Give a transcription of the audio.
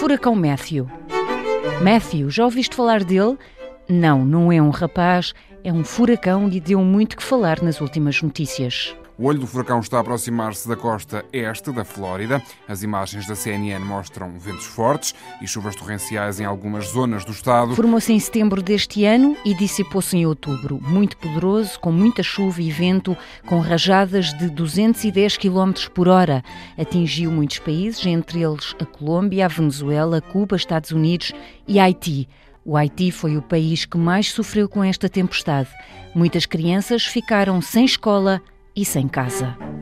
Furacão Matthew. Matthew, já ouviste falar dele? Não, não é um rapaz, é um furacão e deu muito que falar nas últimas notícias. O olho do furacão está a aproximar-se da costa este da Flórida. As imagens da CNN mostram ventos fortes e chuvas torrenciais em algumas zonas do estado. Formou-se em setembro deste ano e dissipou-se em outubro. Muito poderoso, com muita chuva e vento, com rajadas de 210 km por hora. Atingiu muitos países, entre eles a Colômbia, a Venezuela, Cuba, Estados Unidos e Haiti. O Haiti foi o país que mais sofreu com esta tempestade. Muitas crianças ficaram sem escola e sem casa.